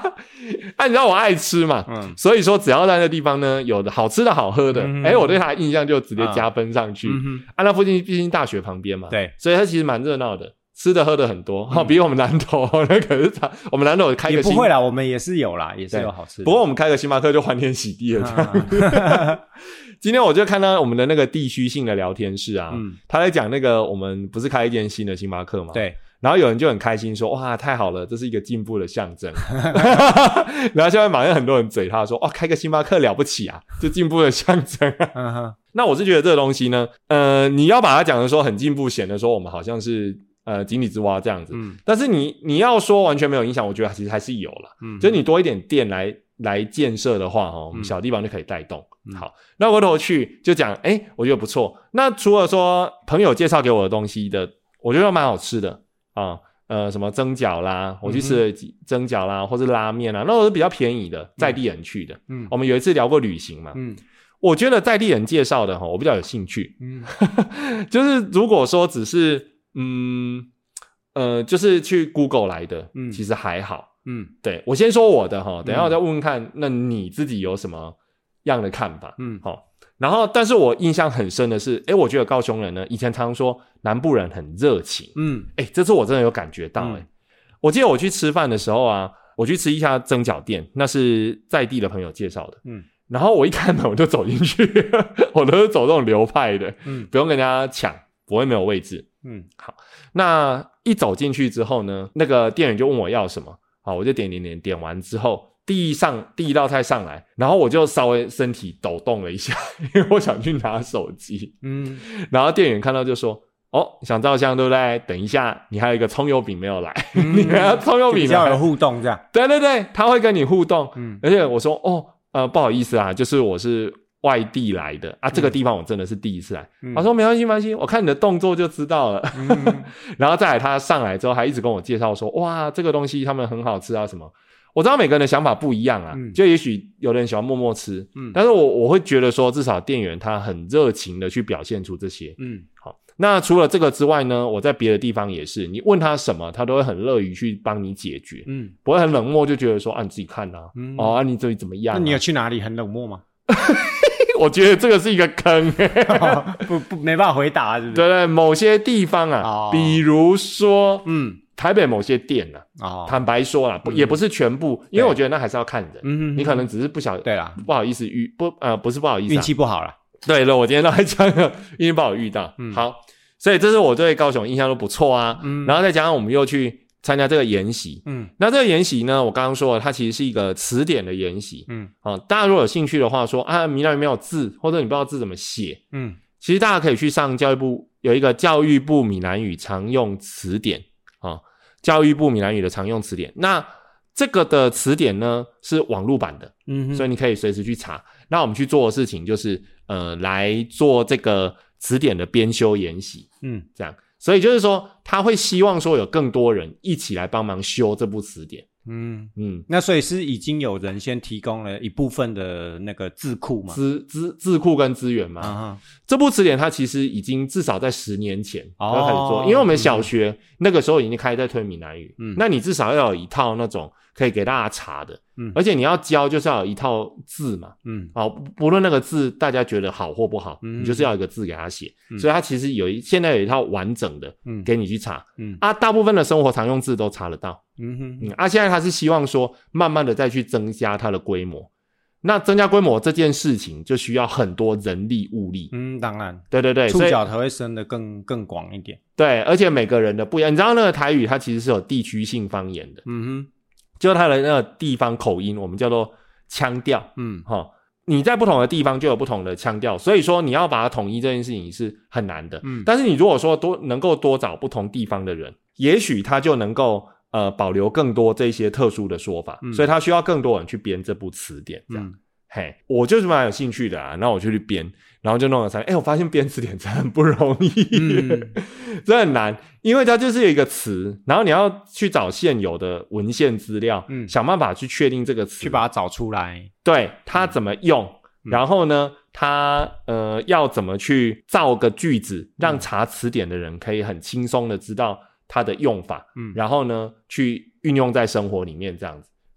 啊，你知道我爱吃嘛，嗯，所以说只要在那地方呢有的好吃的好喝的，哎、嗯欸，我对它的印象就直接加分上去。嗯、啊，那附近毕竟大学旁边嘛， 对， 所以它其实蛮热闹的。吃的喝的很多，嗯、比我们南投那可是我们南投开个也不会啦，我们也是有啦，也是有好吃的。 不过我们开个星巴克就欢天喜地了这样。啊、今天我就看到我们的那个地区性的聊天室啊，嗯、他在讲那个我们不是开一间新的星巴克嘛， 对。 然后有人就很开心说，哇，太好了，这是一个进步的象征。然后现在马上很多人嘴他说，哇，开个星巴克了不起啊，就进步的象征、啊。那我是觉得这个东西呢，呃，你要把它讲的说很进步，显得说我们好像是。呃，井底之蛙这样子，嗯，但是你你要说完全没有影响，我觉得其实还是有啦，嗯，就是你多一点店来来建设的话，哦，我们小地方就可以带动。嗯、好，那回头去就讲，哎，我觉得不错。那除了说朋友介绍给我的东西的，我觉得蛮好吃的啊，呃，什么蒸饺啦，我去吃了蒸饺啦，或是拉面啦，那都是比较便宜的，在地人去的。嗯，我们有一次聊过旅行嘛，嗯。我觉得在地人介绍的，我比较有兴趣。嗯，就是如果说只是。嗯，呃，就是去 Google 来的，嗯，其实还好，嗯，对，我先说我的哈，等一下我再问问看，嗯、那你自己有什么样的看法？嗯，好，然后，但是我印象很深的是，诶，我觉得高雄人呢，以前常说南部人很热情，嗯，诶，这次我真的有感觉到、欸，诶、嗯，我记得我去吃饭的时候啊，我去吃一家蒸饺店，那是在地的朋友介绍的，嗯。然后我一开门我就走进去，我都是走这种流派的，嗯，不用跟人家抢，不会没有位置，嗯，好，那一走进去之后呢，那个店员就问我要什么，好，我就点点点，点完之后，第一上第一道菜上来，然后我就稍微身体抖动了一下，因为我想去拿手机，嗯，然后店员看到就说，哦，想照相对不对？等一下，你还有一个葱油饼没有来，嗯、你还要葱油饼比较有互动这样， 对对对，他会跟你互动，嗯，而且我说，哦。呃，不好意思啊，就是我是外地来的啊，这个地方我真的是第一次来。嗯、他说没关系没关系，我看你的动作就知道了。嗯、然后再来他上来之后还一直跟我介绍说，哇，这个东西他们很好吃啊什么。我知道每个人的想法不一样啊，嗯、就也许有的人喜欢默默吃，嗯、但是我我会觉得说，至少店员他很热情的去表现出这些。嗯，好。那除了这个之外呢，我在别的地方也是，你问他什么，他都会很乐于去帮你解决，嗯，不会很冷漠，就觉得说啊，你自己看啊，嗯、哦，啊，你这里怎么样、啊？ 那你有去哪里很冷漠吗？ 我觉得这个是一个坑、 哦，不不，没办法回答，是不是？ 对对，某些地方啊，哦、比如说，嗯，台北某些店啊，哦、坦白说啦，嗯、也不是全部，因为我觉得那还是要看人，嗯，你可能只是不小， 对啦， 不好意思遇不呃不是不好意思、啊， 运气不好啦。 对了，我今天来讲因为不好遇到，嗯，好，所以这是我对高雄印象都不错啊，嗯，然后再加上我们又去参加这个研习，嗯，那这个研习呢，我刚刚说了，它其实是一个词典的研习，嗯，好，大家如果有兴趣的话，说啊，闽南语没有字，或者你不知道字怎么写，嗯，其实大家可以去上教育部有一个教育部闽南语常用词典，啊，教育部闽南语的常用词典，那这个的词典呢是网络版的，嗯，所以你可以随时去查。那我们去做的事情就是呃来做这个词典的编修研习，嗯，这样，所以就是说他会希望说有更多人一起来帮忙修这部词典，嗯嗯，那所以是已经有人先提供了一部分的那个字库嘛， 资资字库跟资源嘛，啊、这部词典它其实已经至少在十年前就开始做，哦、因为我们小学、嗯、那个时候已经开始在推闽南语，嗯，那你至少要有一套那种可以给大家查的，嗯，而且你要教就是要有一套字嘛，嗯，好，不论那个字大家觉得好或不好，嗯，你就是要有一个字给他写，嗯，所以它其实有一现在有一套完整的，嗯，给你去查，嗯，啊，大部分的生活常用字都查得到，嗯哼，嗯，啊，现在他是希望说慢慢的再去增加它的规模，那增加规模这件事情就需要很多人力物力， 嗯，当然， 对对对， 触角才会伸得更更广一点， 对，而且每个人的不一样，你知道那个台语它其实是有地区性方言的，嗯哼。就是它的那个地方口音，我们叫做腔调，嗯，齁，你在不同的地方就有不同的腔调，所以说你要把它统一这件事情是很难的，嗯，但是你如果说多能够多找不同地方的人，也许他就能够呃保留更多这些特殊的说法，嗯，所以他需要更多人去编这部词典，这样，嗯，嘿，我就是蛮有兴趣的啊，那我就去编，然后就弄了三，哎，我发现编词典真的很不容易，嗯，真的很难，因为它就是有一个词，然后你要去找现有的文献资料，嗯，想办法去确定这个词， 去把它找出来， 对，它怎么用，嗯，然后呢，它呃要怎么去造个句子，让查词典的人可以很轻松的知道它的用法，嗯，然后呢去运用在生活里面这样子。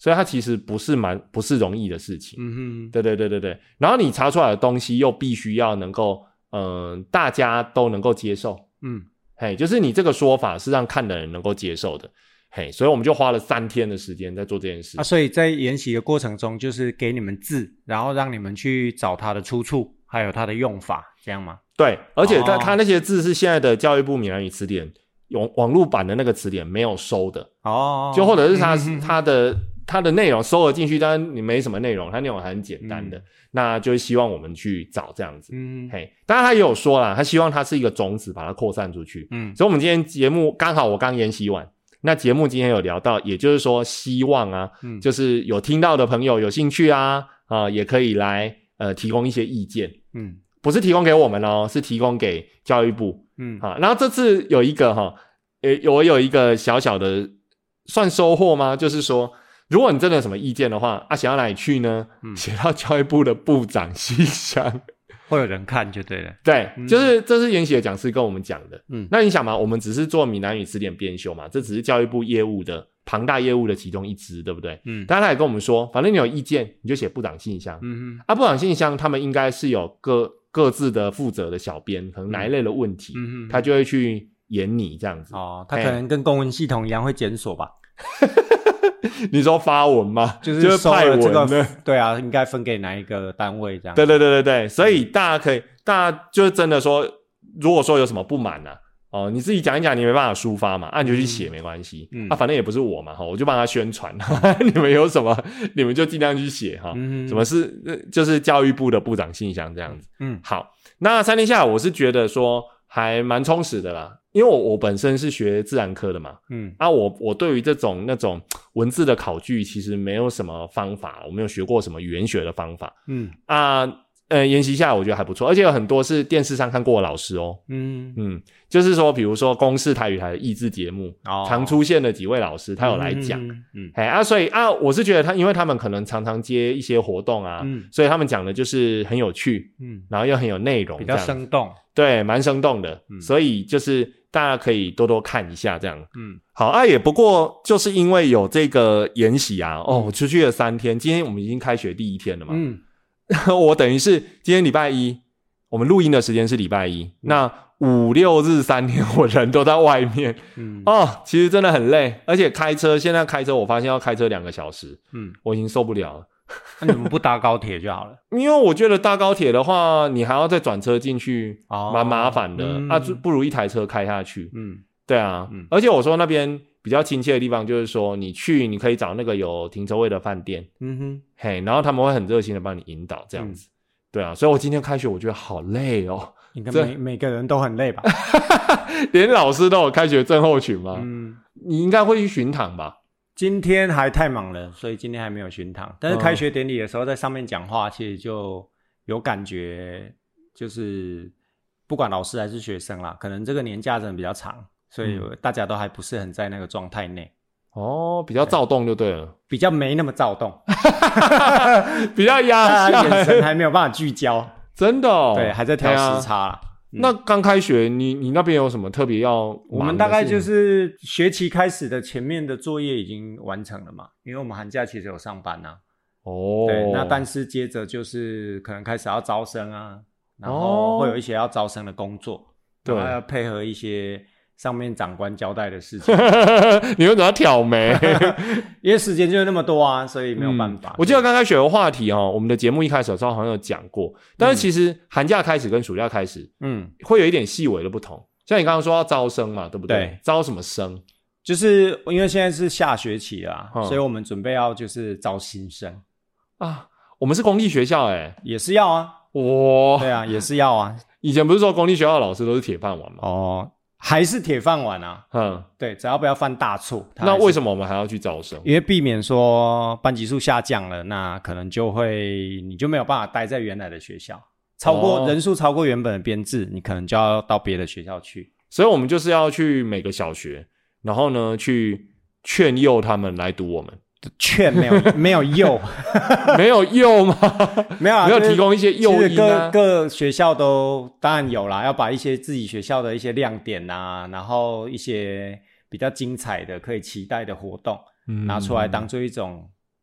所以它其实不是蛮不是容易的事情。 嗯哼， 对对对对对。然后你查出来的东西又必须要能够，嗯、呃，大家都能够接受。嗯，嘿，就是你这个说法是让看的人能够接受的。嘿，所以我们就花了三天的时间在做这件事。 啊，所以在研习的过程中，就是给你们字，然后让你们去找它的出处，还有它的用法，这样吗？ 对，而且它、哦、它那些字是现在的教育部闽南语词典网网络版的那个词典没有收的哦，就或者是它、嗯、它的它的内容收了进去，但是你没什么内容，它内容还很简单的，嗯、那就希望我们去找这样子。嗯，嘿，当然他也有说啦，他希望它是一个种子，把它扩散出去。嗯，所以我们今天节目刚好我刚研习完。那节目今天有聊到，也就是说希望啊、嗯、就是有听到的朋友有兴趣啊啊、呃，也可以来呃提供一些意见。嗯，不是提供给我们哦，是提供给教育部。嗯，好，然后这次有一个哈，呃，我有一个小小的算收获吗？就是说，如果你真的有什么意见的话啊，想要哪里去呢？嗯，写到教育部的部长信箱。 会有人看就对了。 对、嗯、就是这是研习的讲师跟我们讲的。嗯，那你想嘛，我们只是做闽南语词典编修嘛，这只是教育部业务的庞大业务的其中一支，对不对？嗯，但他也跟我们说，反正你有意见你就写部长信箱。嗯嗯，啊，部长信箱他们应该是有各各自的负责的小编，可能哪一类的问题，嗯嗯，他就会去研拟这样子。 哦，他可能跟公文系统一样会检索吧。 你说发文吗？ 就是收了这个，对啊，应该分给哪一个单位这样。 对对对对对，所以大家可以，大家就是真的说，如果说有什么不满啊，哦，你自己讲一讲，你没办法抒发嘛，啊，你就去写没关系，嗯，啊，反正也不是我嘛，哈，我就帮他宣传，你们有什么，你们就尽量去写哈，嗯，什么是就是教育部的部长信箱这样子，嗯，好，那三天下来，我是觉得说还蛮充实的啦。因为我我本身是学自然科的嘛，嗯，啊我我对于这种那种文字的考据其实没有什么方法，我没有学过什么语言学的方法，嗯啊呃研习下来我觉得还不错，而且有很多是电视上看过的老师哦，嗯嗯，就是说比如说公视台语台的益智节目，哦，常出现的几位老师他有来讲，嗯嗯，哎啊所以啊我是觉得他因为他们可能常常接一些活动啊，嗯，所以他们讲的就是很有趣，嗯，然后又很有内容， 比较生动， 对，蛮生动的，嗯，所以就是大家可以多多看一下这样。嗯，好啊，也不过就是因为有这个研习啊，哦，我出去了三天，今天我们已经开学第一天了嘛。嗯，我等于是今天礼拜一，我们录音的时间是礼拜一，嗯，那五六日三天我人都在外面。嗯，哦，其实真的很累，而且开车现在开车我发现要开车两个小时，嗯，我已经受不了了。 那你们不搭高铁就好了。 因为我觉得搭高铁的话你还要再转车进去，哦，蛮麻烦的，嗯，啊不如一台车开下去。嗯，对啊，嗯，而且我说那边比较亲切的地方就是说你去你可以找那个有停车位的饭店，嗯哼，嘿，然后他们会很热心的帮你引导这样子。嗯，对啊，所以我今天开学我觉得好累哦。 应该每每个人都很累吧。 连老师都有开学症候群吗？嗯，你应该会去巡堂吧。 今天还太忙了，所以今天还没有巡堂。但是开学典礼的时候在上面讲话，其实就有感觉，就是不管老师还是学生啦，可能这个年假真的比较长，所以大家都还不是很在那个状态内。 哦，比较躁动就对了。 比较没那么躁动。 比较压下来， 眼神还没有办法聚焦。 真的哦。 对，还在调时差啦。 嗯，那刚开学你你那边有什么特别要忙的？ 我们大概就是学期开始的前面的作业已经完成了嘛，因为我们寒假其实有上班啊。哦，对，那但是接着就是可能开始要招生啊，然后会有一些要招生的工作，对，然后要配合一些上面长官交代的事情。 你为什么要挑眉？ 因为时间就是那么多啊，所以没有办法。嗯， 我记得刚开学的话题哦，我们的节目一开始的时候好像有讲过，但是其实寒假开始跟暑假开始，嗯，会有一点细微的不同。像你刚刚说要招生嘛，对不对？对，招什么生？ 就是因为现在是下学期啦，嗯，所以我们准备要就是招新生啊。我们是公立学校诶， 也是要啊。 哇， 对啊，也是要啊。 以前不是说公立学校的老师都是铁饭碗吗？ 哦。还是铁饭碗啊，嗯，对，只要不要犯大错。 那为什么我们还要去招生？ 因为避免说班级数下降了，那可能就会你就没有办法待在原来的学校，超过，哦，人数超过原本的编制，你可能就要到别的学校去。 所以我们就是要去每个小学，然后呢去劝诱他们来读我们。 劝没有没有诱。 没有诱吗？ 没有啊， 没有提供一些诱因啊。 各各学校都当然有啦，要把一些自己学校的一些亮点啊，然后一些比较精彩的可以期待的活动，嗯，拿出来当做一种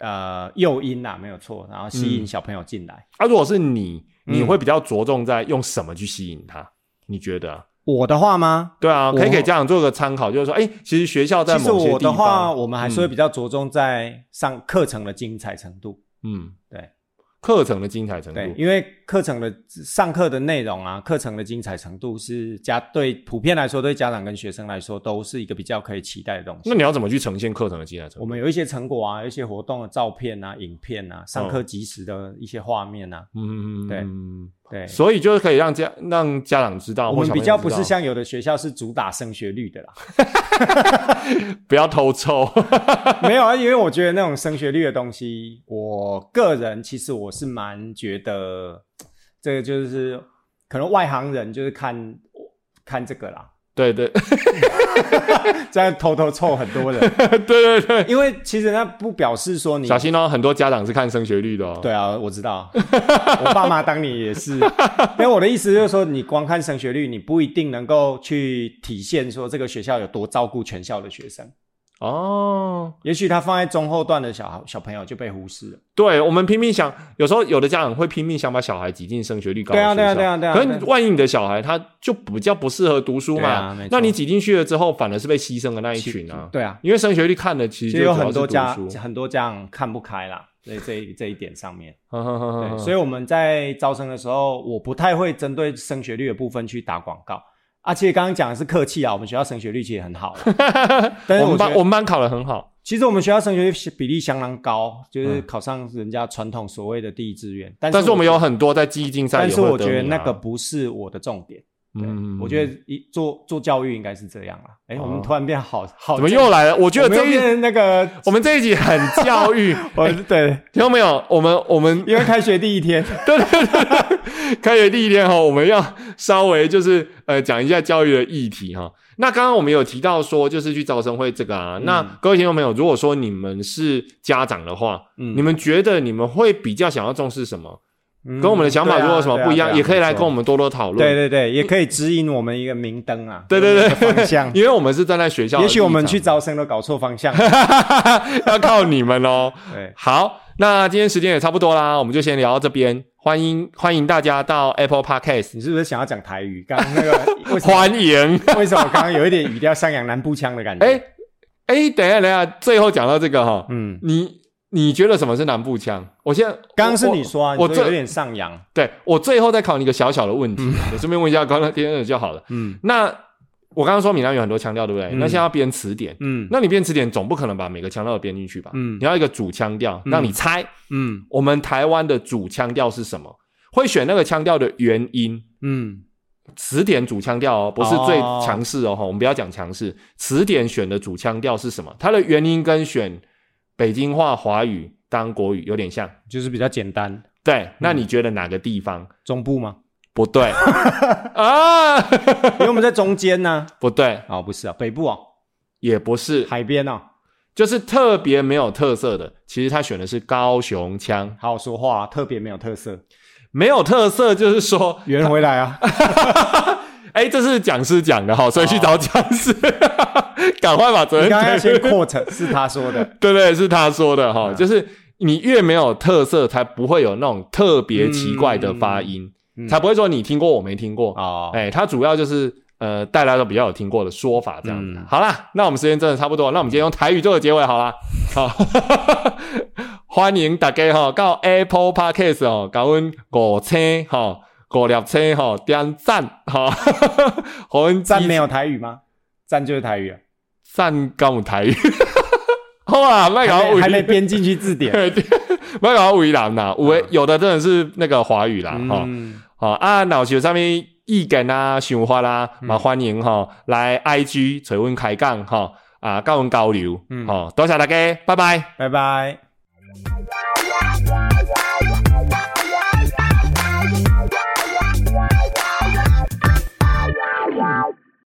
呃诱因啦，没有错，然后吸引小朋友进来。 嗯、啊，如果是你，你会比较着重在用什么去吸引他？嗯、你觉得、啊？ 我的话吗？ 对啊，可以给家长做个参考，就是说，哎，其实学校在某些地方，其实我的话，我们还是会比较着重在上课程的精彩程度。嗯，对。 课程的精彩程度， 对，因为课程的上课的内容啊，课程的精彩程度是家对普遍来说，对家长跟学生来说都是一个比较可以期待的东西。 那你要怎么去呈现课程的精彩程度？ 我们有一些成果啊，有一些活动的照片啊、影片啊，上课即时的一些画面啊，嗯，对对， 所以就是可以让家让家长知道， 我们比较不是像有的学校是主打升学率的啦， 不要偷抽， 没有啊，因为我觉得那种升学率的东西，我个人其实我是蛮觉得这个就是可能外行人就是看看这个啦。 对对， 这样偷偷凑很多人。 对对对， 因为其实那不表示说你小心哦，很多家长是看升学率的哦。 对啊，我知道，我爸妈当年也是。因为我的意思就是说，你光看升学率，你不一定能够去体现说这个学校有多照顾全校的学生。哦，也许他放在中后段的小小朋友就被忽视了。 对，我们拼命想，有时候有的家长会拼命想把小孩挤进升学率高的学校。 对啊，对啊，对啊，对啊。 可是万一你的小孩他就比较不适合读书嘛，啊、那你挤进去了之后，反而是被牺牲的那一群啊。 对啊， 因为升学率看的其实就主要是读书， 其实有很多家很多家长看不开啦，在这这一点上面。对，所以我们在招生的时候，我不太会针对升学率的部分去打广告。啊，其实刚刚讲的是客气啊，我们学校升学率其实很好，但是我们班我们班考得很好。 其实我们学校升学率比例相当高，就是考上人家传统所谓的第一志愿。但是但是我们有很多在记忆竞赛也会得名啊。 但是我觉得那个不是我的重点。嗯，我觉得一做做教育应该是这样啦。哎、欸，我们突然变好好， 怎么又来了？我觉得这一那个我们这一集很教育。 我对， 听到没有？我们我们因为开学第一天， 对对对，开学第一天哈，我们要稍微就是呃讲一下教育的议题哈。那刚刚我们有提到说，就是去招生会这个啊。嗯、那各位听众朋友，如果说你们是家长的话，嗯，你们觉得你们会比较想要重视什么？跟我们的想法如果有什么不一样、嗯啊啊啊、也可以来跟我们多多讨论。 对对对，也可以指引我们一个明灯啊。 对对对， 方向。 因为我们是站在学校的， 也许我们去招生都搞错方向， 要靠你们哦。 对， 好，那今天时间也差不多啦，我们就先聊到这边。欢迎欢迎大家到 Apple Podcast。 你是不是想要讲台语？刚刚那个欢迎。 为什么刚刚有一点语调上扬南部腔的感觉？ 哎哎，等一下等一下，最后讲到这个哈，嗯，你。你觉得什么是南部腔？我现在刚刚是你说啊，我你说有点上扬。 对，我最后再考你一个小小的问题，我顺便问一下刚刚听的就好了。嗯，那我刚刚说闽南语有很多腔调，对不对？嗯、那现在要编词典，嗯，那你编词典总不可能把每个腔调都编进去吧？嗯，你要一个主腔调，让你猜，嗯，我们台湾的主腔调是什么？会选那个腔调的原因，嗯，词典主腔调哦，不是最强势哦，哦我们不要讲强势，词典选的主腔调是什么？它的原因跟选北京话、华语当国语有点像， 就是比较简单。 对，那你觉得哪个地方？ 嗯、中部吗？ 不对啊， 因为我们在中间呢、啊。 不对， 哦，不是啊，北部哦， 也不是， 海边哦， 就是特别没有特色的。其实他选的是高雄腔， 好好说话、啊，特别没有特色， 没有特色就是说圆回来啊。 哎、欸，这是讲师讲的哈，所以去找讲师，赶、oh. 快把责任。 你刚刚先 quote 是他说的， 对对，是他说的哈，嗯、就是你越没有特色，才不会有那种特别奇怪的发音，嗯、才不会说你听过我没听过哦。哎、欸，他主要就是呃带来的比较有听过的说法这样子。嗯、好啦，那我们时间真的差不多，那我们今天用台语做个结尾好啦。好，欢迎大家哈到 Apple Podcast 哦，给我们五星哈。五粒星吼，点赞哈， 赞没有台语吗？赞就是台语啊， 赞刚有台语，好啊，卖搞还没编进去字典， 卖搞为难呐，有的有的真的是那个华语啦，哈、嗯，好啊，若是有啥物意见啊、想法啦，嘛、嗯、欢迎哈来 I G 找阮开讲哈，啊，跟阮交流，嗯，好，多謝大家，拜拜， 拜拜。